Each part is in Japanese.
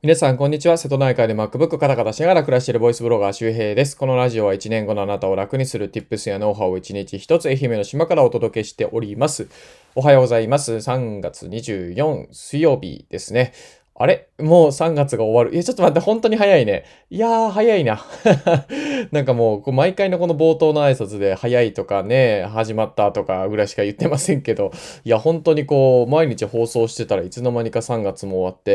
皆さん、こんにちは。瀬戸内海で MacBook カタカタしながら暮らしているボイスブロガー周平です。このラジオは1年後のあなたを楽にする Tips やノウハウを1日1つ愛媛の島からお届けしております。おはようございます。3月24水曜日ですね。あれもう3月が終わる。ちょっと待って、本当に早いね。早いな。なんかもう、毎回のこの冒頭の挨拶で、早いとかね、始まったとかぐらいしか言ってませんけど、本当に毎日放送してたらいつの間にか3月も終わって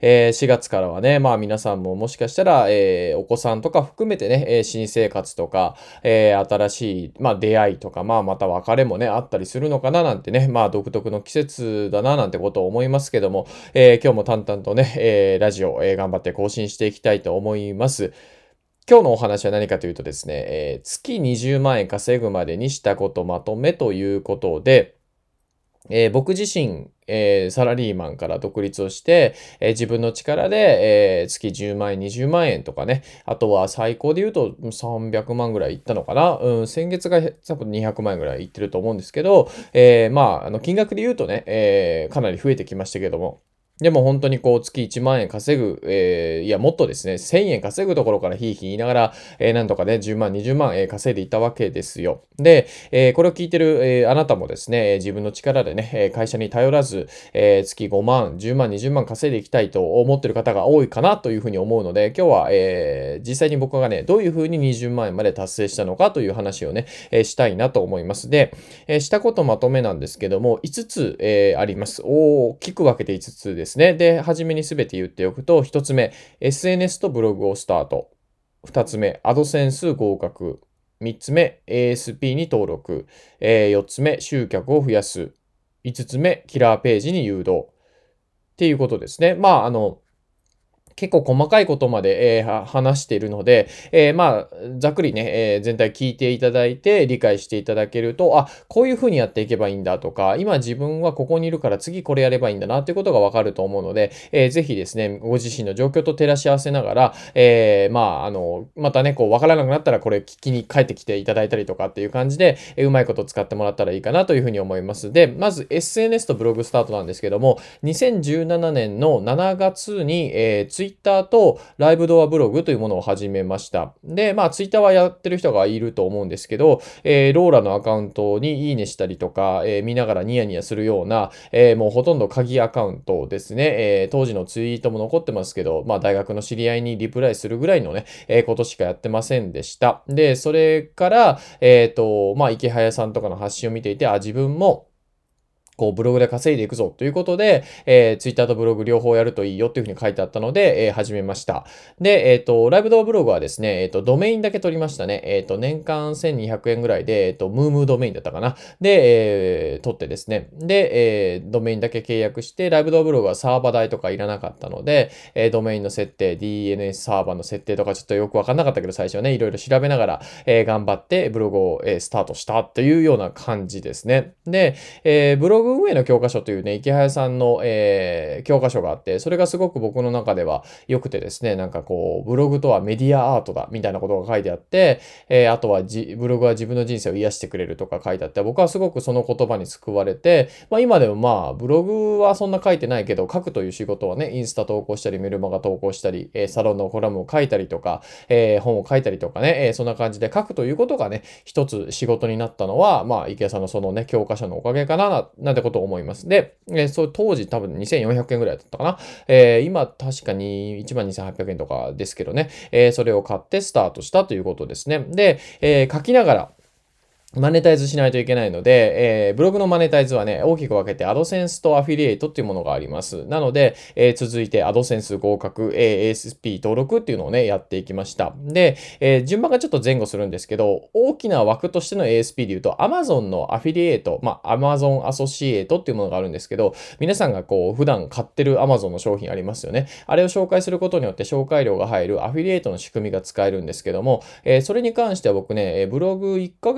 、4月からはね、皆さんももしかしたら、お子さんとか含めてね、新生活とか、新しい、出会いとか、また別れもね、あったりするのかななんてね、独特の季節だななんてことを思いますけども、今日も淡々とね、ラジオ、頑張って更新していきたいと思います。今日のお話は何かというとですね、月20万円稼ぐまでにしたことまとめということで、僕自身、サラリーマンから独立をして、自分の力で、月10万円、20万円とかね、あとは最高で言うと300万ぐらいいったのかな。先月が多分200万円ぐらいいってると思うんですけど、金額で言うとね、かなり増えてきましたけども、でも本当に月1万円稼ぐ、もっとですね、1000円稼ぐところからひいひい言いながら、なんとかね、10万、20万、稼いでいったわけですよ。で、これを聞いてる、あなたもですね、自分の力でね、会社に頼らず、月5万、10万、20万稼いでいきたいと思ってる方が多いかなというふうに思うので、今日は、実際に僕がね、どういうふうに20万円まで達成したのかという話をね、したいなと思います。で、したことまとめなんですけども、5つ、あります。大きく分けて5つですね。で、初めに全て言っておくと、1つ目、SNS とブログをスタート。2つ目、アドセンス合格。3つ目、ASP に登録。4つ目、集客を増やす。5つ目、キラーページに誘導。っていうことですね。結構細かいことまで、話しているので、ざっくりね、全体聞いていただいて理解していただけると、こういう風にやっていけばいいんだとか、今自分はここにいるから次これやればいいんだなっていうことがわかると思うので、ぜひですね、ご自身の状況と照らし合わせながら、またね、わからなくなったらこれ聞きに帰ってきていただいたりとかっていう感じで、うまいこと使ってもらったらいいかなという風に思います。で、まず SNS とブログスタートなんですけども、2017年の7月に、ツイッターとライブドアブログというものを始めました。で、ツイッターはやってる人がいると思うんですけど、ローラのアカウントにいいねしたりとか、見ながらニヤニヤするような、もうほとんど鍵アカウントですね。当時のツイートも残ってますけど、大学の知り合いにリプライするぐらいのね、ことしかやってませんでした。で、それから、池早さんとかの発信を見ていて、自分もブログで稼いでいくぞということで、ツイッターとブログ両方やるといいよっていうふうに書いてあったので、始めました。で、ライブドアブログはですね、ドメインだけ取りましたね。年間1200円ぐらいで、ムームードメインだったかな。で、取ってですね。で、ドメインだけ契約して、ライブドアブログはサーバー代とかいらなかったので、ドメインの設定、DNS サーバーの設定とかちょっとよくわかんなかったけど、最初はね、いろいろ調べながら、頑張ってブログを、スタートしたというような感じですね。で、ブログ運営の教科書というね、池早さんの、教科書があって、それがすごく僕の中では良くてですね、ブログとはメディアアートだ、みたいなことが書いてあって、あとはブログは自分の人生を癒してくれるとか書いてあって、僕はすごくその言葉に救われて、今でもブログはそんな書いてないけど、書くという仕事はね、インスタ投稿したり、メルマガ投稿したり、サロンのコラムを書いたりとか、本を書いたりとかね、そんな感じで書くということがね、一つ仕事になったのは、池谷さんのそのね、教科書のおかげかな、なんてことを思います。で、そう当時多分2400円ぐらいだったかな。今確かに12,800円とかですけどね、それを買ってスタートしたということですね。で、書きながら、マネタイズしないといけないので、ブログのマネタイズはね、大きく分けて、アドセンスとアフィリエイトっていうものがあります。なので、続いて、アドセンス合格、ASP 登録っていうのをね、やっていきました。で、順番がちょっと前後するんですけど、大きな枠としての ASP で言うと、Amazon のアフィリエイト、Amazon アソシエイトっていうものがあるんですけど、皆さんが普段買ってる Amazon の商品ありますよね。あれを紹介することによって紹介料が入るアフィリエイトの仕組みが使えるんですけども、それに関しては僕ね、ブログ1ヶ月目に確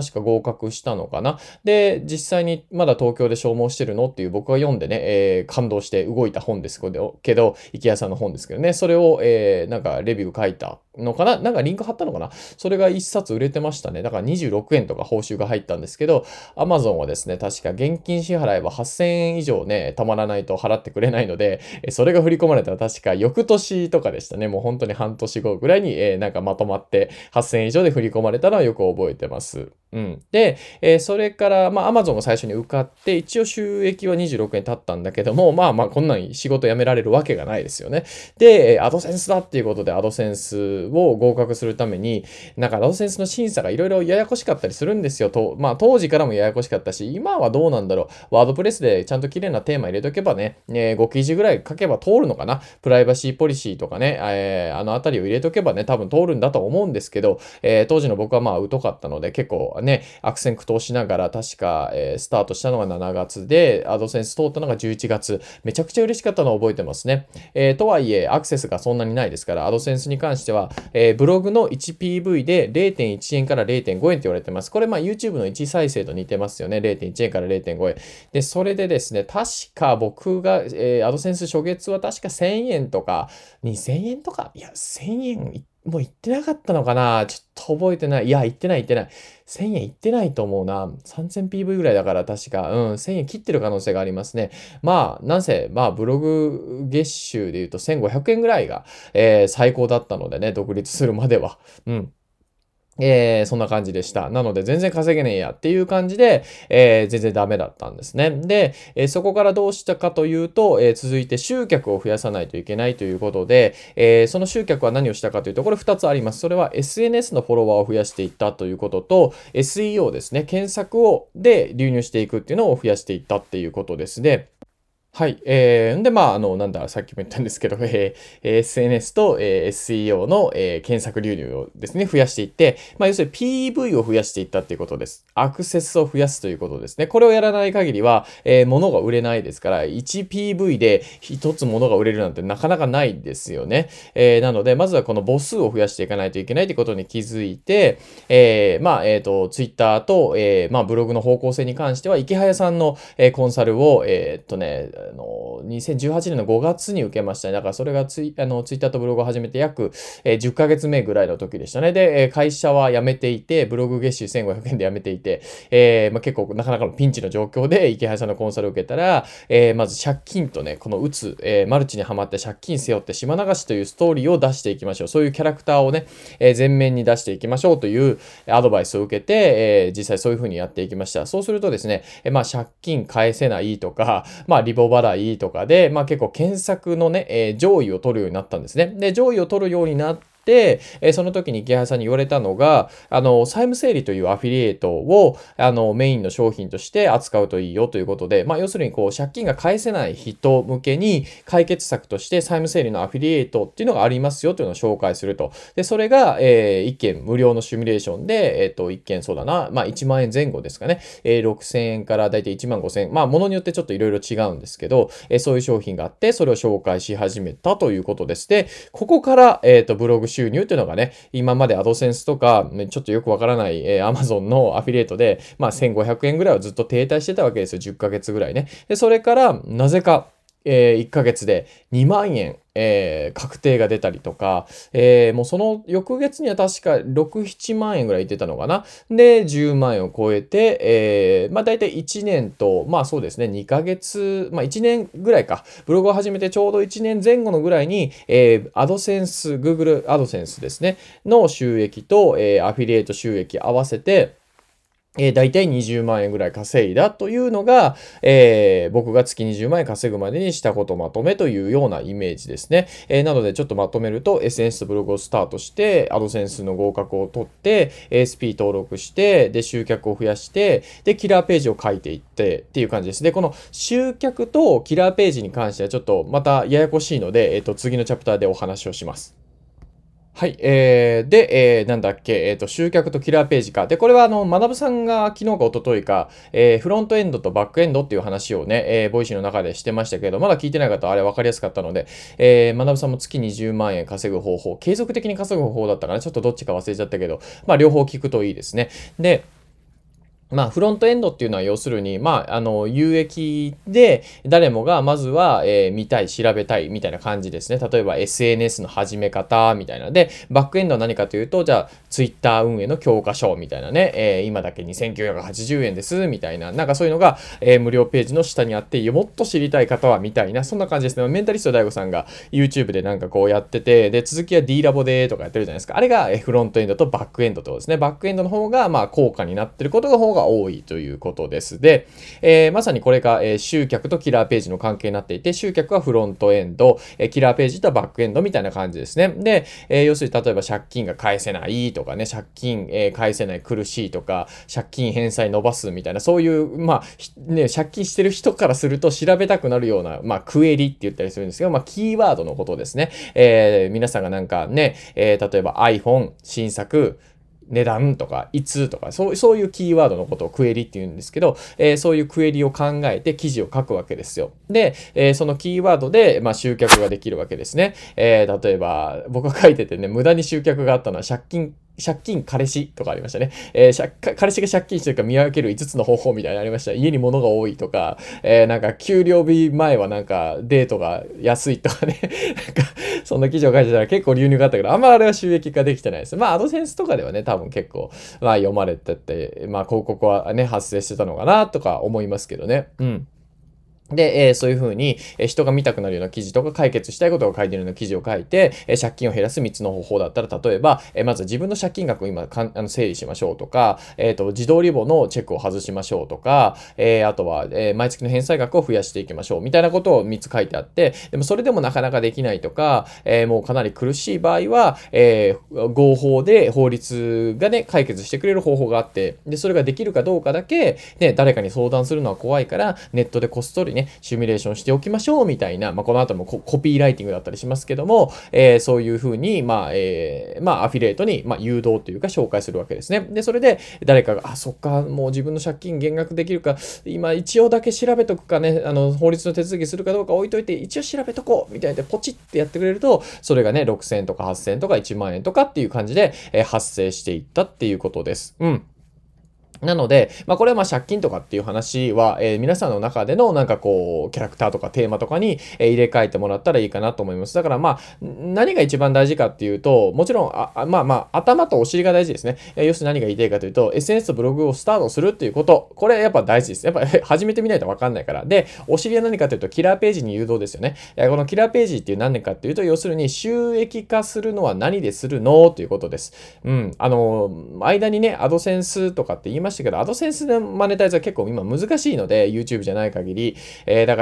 確か合格したのかな。で、実際にまだ東京で消耗してるのっていう僕が読んでね、感動して動いた本ですけど、池谷さんの本ですけどね、それを、なんかレビュー書いたのかな、なんかリンク貼ったのかな、それが1冊売れてましたね。だから26円とか報酬が入ったんですけど、Amazon はですね、確か現金支払いは8000円以上ね、たまらないと払ってくれないので、それが振り込まれたら確か翌年とかでしたね。もう本当に半年後ぐらいに、なんかまとまって8000円以上で振り込まれたのはよく覚えてます。うん。で、それから、まあ、Amazon が最初に受かって、一応収益は26円経ったんだけども、まあまあ、こんなに仕事辞められるわけがないですよね。で、アドセンスだっていうことで、アドセンスを合格するために、なんかアドセンスの審査がいろいろややこしかったりするんですよ。まあ、当時からもややこしかったし、今はどうなんだろう。ワードプレスでちゃんと綺麗なテーマ入れとけばね、5記事ぐらい書けば通るのかな。プライバシーポリシーとかね、あのあたりを入れとけばね、多分通るんだと思うんですけど、当時の僕はまあ疎かったので、結構ね、悪戦苦闘しながら、確か、スタートしたのが7月で、アドセンス通ったのが11月。めちゃくちゃ嬉しかったのを覚えてますね。とはいえ、アクセスがそんなにないですから、アドセンスに関しては、ブログの 1PV で 0.1 円から 0.5 円って言われてます。これ、まあ YouTube の1再生と似てますよね。0.1 円から0.5円。で、それでですね、確か僕が、アドセンス初月は確か1000円とか、2000円とか、いや、1000円もう行ってなかったのかな、ちょっと覚えてない。いや、行ってない行ってない。1000円行ってないと思うな。3000PV ぐらいだから確か、1000円切ってる可能性がありますね。まあ、なんせ、まあ、ブログ月収で言うと1500円ぐらいが、最高だったのでね、独立するまでは。うん。そんな感じでした。なので全然稼げねえやっていう感じで、全然ダメだったんですね。で、そこからどうしたかというと、続いて集客を増やさないといけないということで、その集客は何をしたかというと、これ2つあります。それは SNS のフォロワーを増やしていったということと、SEO ですね。検索で流入していくっていうのを増やしていったっていうことですね。はい。で、まあ、さっきも言ったんですけど、SNS と、SEO の、検索流入をですね、増やしていって、まあ、要するに PV を増やしていったっていうことです。アクセスを増やすということですね。これをやらない限りは、物が売れないですから、1PV で1つ物が売れるなんてなかなかないですよね。なので、まずはこの母数を増やしていかないといけないということに気づいて、まあ、Twitter と、まあ、ブログの方向性に関しては、池早さんの、コンサルを、2018年の5月に受けましたね。だからそれがツイッターとブログを始めて約、10ヶ月目ぐらいの時でしたね。で、会社は辞めていて、ブログ月収1500円で辞めていて、まあ、結構なかなかのピンチの状況で池原さんのコンサルを受けたら、まず借金とね、このマルチにはまって借金背負って島流しというストーリーを出していきましょう。そういうキャラクターをね、前面に出していきましょうというアドバイスを受けて、実際そういう風にやっていきました。そうするとですね、まあ借金返せないとか、まあリボ払いとかで、まあ結構検索のね、上位を取るようになったんですね。で、上位を取るようになって、その時に池原さんに言われたのが、債務整理というアフィリエイトを、メインの商品として扱うといいよということで、まあ、要するに、こう、借金が返せない人向けに解決策として債務整理のアフィリエイトっていうのがありますよというのを紹介すると。で、それが、1件無料のシミュレーションで、1件そうだな、まあ、1万円前後ですかね。6000円からだいたい1万5000円。まあ、ものによってちょっといろいろ違うんですけど、そういう商品があって、それを紹介し始めたということです。で、ここから、ブログ収入というのがね、今までアドセンスとか、ちょっとよくわからない、Amazon のアフィリエイトで、まあ、1500円ぐらいはずっと停滞してたわけですよ。10ヶ月ぐらいね。で、それから、なぜか、1ヶ月で2万円、確定が出たりとか、もうその翌月には確か6、7万円ぐらい出たのかな。で、10万円を超えて、まあ大体1年と、まあそうですね、2ヶ月、まあ1年ぐらいか。ブログを始めてちょうど1年前後のぐらいに、アドセンス、Google アドセンスですね、の収益と、アフィリエイト収益合わせて、だいたい20万円ぐらい稼いだというのが、僕が月20万円稼ぐまでにしたことまとめというようなイメージですね。なのでちょっとまとめると SNS とブログをスタートして、アドセンスの合格を取って、ASP 登録して、で、集客を増やして、で、キラーページを書いていってっていう感じです。で、この集客とキラーページに関してはちょっとまたややこしいので、次のチャプターでお話をします。はい。なんだっけ、集客とキラーページか。で、これは、学さんが昨日か一昨日か、フロントエンドとバックエンドっていう話をね、ボイシーの中でしてましたけど、まだ聞いてない方はあれ分かりやすかったので、学さんも月20万円稼ぐ方法、継続的に稼ぐ方法だったかな。ちょっとどっちか忘れちゃったけど、まあ、両方聞くといいですね。で、 フロントエンドっていうのは要するに、有益で、誰もがまずは、見たい、調べたいみたいな感じですね。例えば SNS の始め方みたいな。で、バックエンドは何かというと、じゃあ、Twitter 運営の教科書みたいなね、今だけ2980円ですみたいな、なんかそういうのが、無料ページの下にあって、もっと知りたい方はみたいな、そんな感じですね。メンタリスト DAIGO さんが YouTube でなんかこうやってて、で、続きは D ラボでとかやってるじゃないですか。あれが、フロントエンドとバックエンドってことですね。バックエンドの方が、効果になってることがが多いということです。で、まさにこれが、集客とキラーページの関係になっていて、集客はフロントエンド、キラーページとバックエンドみたいな感じですね。で、要するに例えば借金が返せないとかね、借金、返せない苦しいとか、借金返済伸ばすみたいな、そういう、借金してる人からすると調べたくなるような、クエリって言ったりするんですけど、キーワードのことですね。皆さんがなんかね、例えば iPhone 新作、値段とか、いつとか、そういうキーワードのことをクエリって言うんですけど、そういうクエリを考えて記事を書くわけですよ。で、そのキーワードで、集客ができるわけですね。例えば、僕が書いててね、無駄に集客があったのは借金彼氏とかありましたね。彼氏が借金してるか見分ける5つの方法みたいなのありました。家に物が多いとか、なんか給料日前はなんかデートが安いとかね。なんかそんな記事を書いてたら結構流入があったけど、あんまあれは収益化できてないです。アドセンスとかではね、多分結構、読まれてて、広告はね、発生してたのかなとか思いますけどね。うん。で、そういう風に、人が見たくなるような記事とか解決したいことが書いてるような記事を書いて、借金を減らす3つの方法だったら、例えば、まず自分の借金額を今整理しましょうとか、自動リボのチェックを外しましょうとか、あとは、毎月の返済額を増やしていきましょうみたいなことを3つ書いてあって、でもそれでもなかなかできないとか、もうかなり苦しい場合は、合法で法律がね、解決してくれる方法があって、で、それができるかどうかだけ、ね、誰かに相談するのは怖いから、ネットでこっそりね、シミュレーションしておきましょうみたいな、この後もコピーライティングだったりしますけども、そういうふうに、アフィリエイトに、誘導というか紹介するわけですね。で、それで誰かが、そっか、もう自分の借金減額できるか、今一応だけ調べとくかね、法律の手続きするかどうか置いといて、一応調べとこうみたいでポチってやってくれると、それがね、6000円とか8000円とか1万円とかっていう感じで、発生していったっていうことです。うん。なので、これは借金とかっていう話は、皆さんの中でのなんかこう、キャラクターとかテーマとかに、入れ替えてもらったらいいかなと思います。だから何が一番大事かっていうと、もちろん、頭とお尻が大事ですね。要するに何が言いたいかというと、SNS とブログをスタートするっていうこと。これやっぱ大事です。やっぱ始めてみないとわかんないから。で、お尻は何かというと、キラーページに誘導ですよね。このキラーページっていう何かっていうと、要するに収益化するのは何でするのということです。うん。間にね、アドセンスとかって言いましたけど、アドセンスでマネタイズは結構今難しいので、YouTube じゃない限り。だから、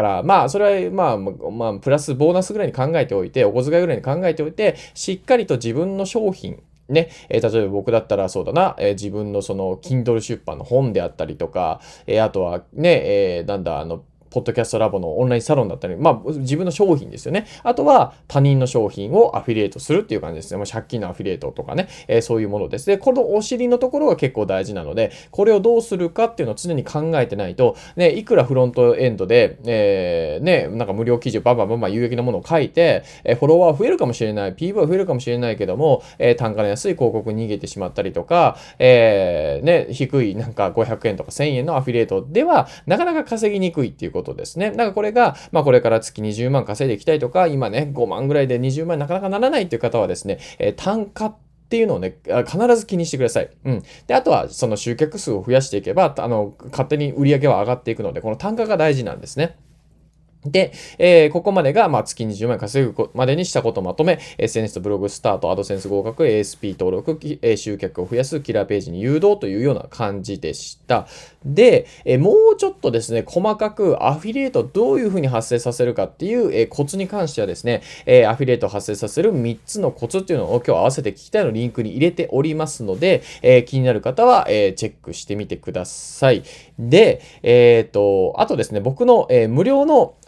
それは、プラスボーナスぐらいに考えておいて、お小遣いぐらいに考えておいて、しっかりと自分の商品、ね、例えば僕だったらそうだな、自分のその Kindle 出版の本であったりとか、あとはね、ポッドキャストラボのオンラインサロンだったり、自分の商品ですよね。あとは他人の商品をアフィリエイトするっていう感じですね。もう借金のアフィリエイトとかね、そういうものです。で、このお尻のところが結構大事なので、これをどうするかっていうのを常に考えてないと、ね、いくらフロントエンドで、なんか無料記事をバンバン有益なものを書いて、フォロワー増えるかもしれない、PV は増えるかもしれないけども、単価の安い広告に逃げてしまったりとか、低いなんか500円とか1000円のアフィリエイトでは、なかなか稼ぎにくいっていうことですね。だからこれが、これから月20万稼いでいきたいとか、今ね、5万ぐらいで20万なかなかならないっていう方はですね、単価っていうのをね、必ず気にしてください。うん。で、あとは、その集客数を増やしていけば、勝手に売り上げは上がっていくので、この単価が大事なんですね。で、ここまでが、月20万円稼ぐまでにしたことをまとめ、SNS とブログスタート、アドセンス合格、ASP 登録、集客を増やす、キラーページに誘導というような感じでした。で、もうちょっとですね、細かくアフィリエイトをどういうふうに発生させるかっていう、コツに関してはですね、アフィリエイトを発生させる3つのコツっていうのを今日合わせて聞きたいのリンクに入れておりますので、気になる方は、チェックしてみてください。で、あとですね、僕の、無料の、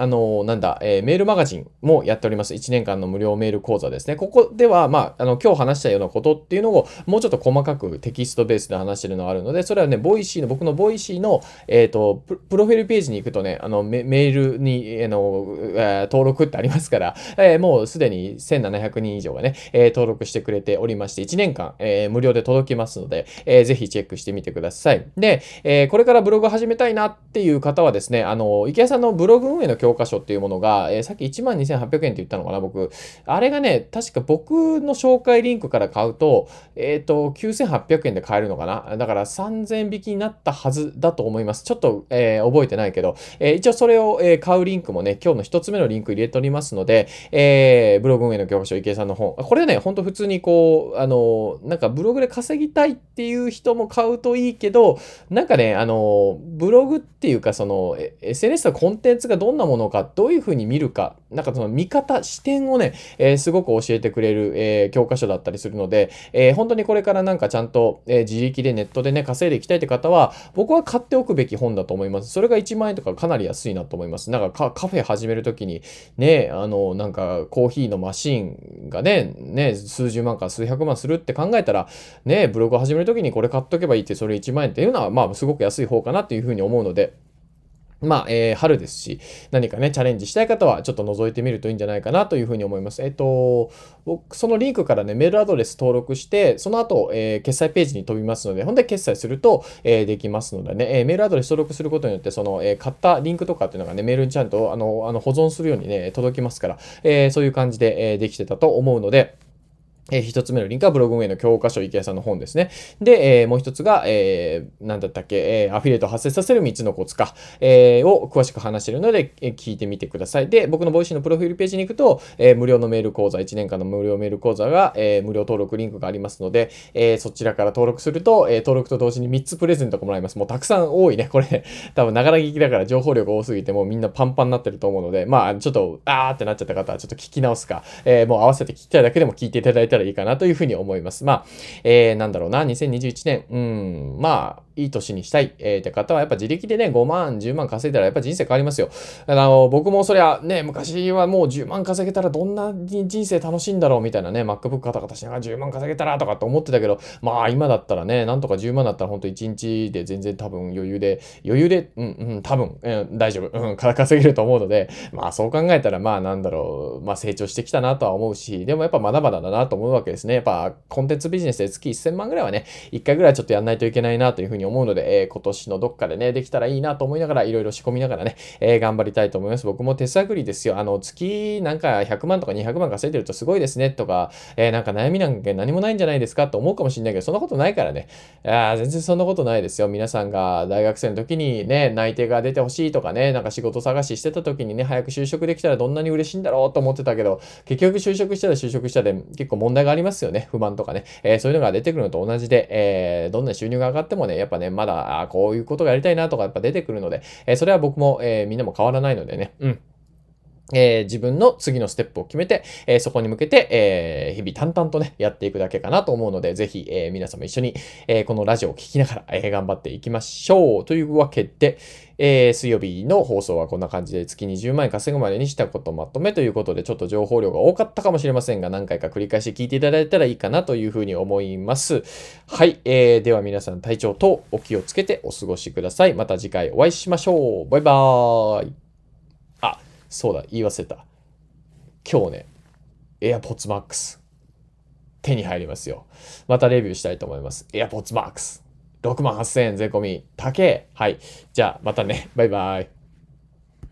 メールマガジンもやっております。1年間の無料メール講座ですね。ここでは、今日話したようなことっていうのを、もうちょっと細かくテキストベースで話してるのがあるので、それはね、僕のボイシーの、プロフィールページに行くとね、メールに、登録ってありますから、もうすでに1700人以上がね、登録してくれておりまして、1年間、無料で届きますので、ぜひチェックしてみてください。で、これからブログ始めたいなっていう方はですね、池谷さんのブログ運営の教科書っていうものが、さっき12,800円って言ったのかな、僕。あれがね、確か僕の紹介リンクから買うと、9,800円で買えるのかな。だから3,000円引きになったはずだと思います。ちょっと、覚えてないけど、一応それを、買うリンクもね、今日の一つ目のリンク入れておりますので、ブログ運営の教科書、池江さんの本。これね、ほんと普通にこう、なんかブログで稼ぎたいっていう人も買うといいけど、なんかね、ブログっていうか、SNS のコンテンツがどんなものか、どういうふうに見るか、なんかその見方、視点をね、すごく教えてくれる、教科書だったりするので、本当にこれからなんかちゃんと、自力でネットでね、稼いでいきたいって方は、僕は買っておくべき本だと思います。それが1万円とかかなり安いなと思います。なんかカフェ始めるときに、ね、なんかコーヒーのマシーンがね、数十万か数百万するって考えたら、ね、ブログを始めるときにこれ買っとけばいいって、それ1万円っていうのは、すごく安い方かなっていうふうに思うので、春ですし、何かね、チャレンジしたい方は、ちょっと覗いてみるといいんじゃないかなというふうに思います。僕、そのリンクからね、メールアドレス登録して、その後、決済ページに飛びますので、ほんで決済すると、できますのでね、メールアドレス登録することによって、買ったリンクとかっていうのがね、メールにちゃんと、保存するようにね、届きますから、そういう感じで、できてたと思うので、一つ目のリンクはブログ運営の教科書、池谷さんの本ですね。で、もう一つが、なんだったっけ、アフィリエイトを発生させる3つのコツか、を詳しく話しているので、聞いてみてください。で、僕のボイシーのプロフィールページに行くと、無料のメール講座、1年間の無料メール講座が、無料登録リンクがありますので、そちらから登録すると、登録と同時に3つプレゼントがもらえます。もうたくさん多いね。これ、多分ながら聞きだから情報量が多すぎて、もうみんなパンパンになってると思うので、ちょっと、あーってなっちゃった方は、ちょっと聞き直すか、もう合わせて聞きたいだけでも聞いていただいたらいいかなというふうに思います。なんだろうな、2021年、いい年にしたい、って方は、やっぱ自力でね、5万、10万稼いだらやっぱ人生変わりますよ。僕もそりゃね、昔はもう10万稼げたらどんな人生楽しいんだろうみたいなね、MacBook カタカタしながら10万稼げたらとかって思ってたけど、今だったらね、なんとか10万だったらほんと1日で全然多分余裕で、多分、大丈夫、稼げると思うので、そう考えたら、成長してきたなとは思うし、でもやっぱまだまだだなと思うわけですね。やっぱコンテンツビジネスで月1000万ぐらいはね、1回ぐらいちょっとやんないといけないなというふうに思うので、今年のどっかでね、できたらいいなと思いながら、いろいろ仕込みながらね、頑張りたいと思います。僕も手探りですよ。月なんか100万とか200万稼いでるとすごいですねとか、なんか悩みなんか何もないんじゃないですかと思うかもしれないけど、そんなことないからね。全然そんなことないですよ。皆さんが大学生の時にね、内定が出てほしいとかね、なんか仕事探ししてた時にね、早く就職できたらどんなに嬉しいんだろうと思ってたけど、結局就職したで結構問題がありますよね。不満とかね。そういうのが出てくるのと同じで、どんな収入が上がってもね、やっぱね、まだ、こういうことがやりたいなとかやっぱ出てくるので、それは僕も、みんなも変わらないのでね。自分の次のステップを決めて、そこに向けて、日々淡々とね、やっていくだけかなと思うので、ぜひ、皆様一緒に、このラジオを聞きながら、頑張っていきましょう。というわけで、水曜日の放送はこんな感じで月20万円稼ぐまでにしたことまとめということで、ちょっと情報量が多かったかもしれませんが、何回か繰り返し聞いていただいたらいいかなというふうに思います。はい。では皆さん体調とお気をつけてお過ごしください。また次回お会いしましょう。バイバーイ。そうだ、言い忘れた。今日ね、AirPods Max 手に入りますよ。またレビューしたいと思います。AirPods Max。68,000円税込み。高え。はい。じゃあ、またね。バイバイ。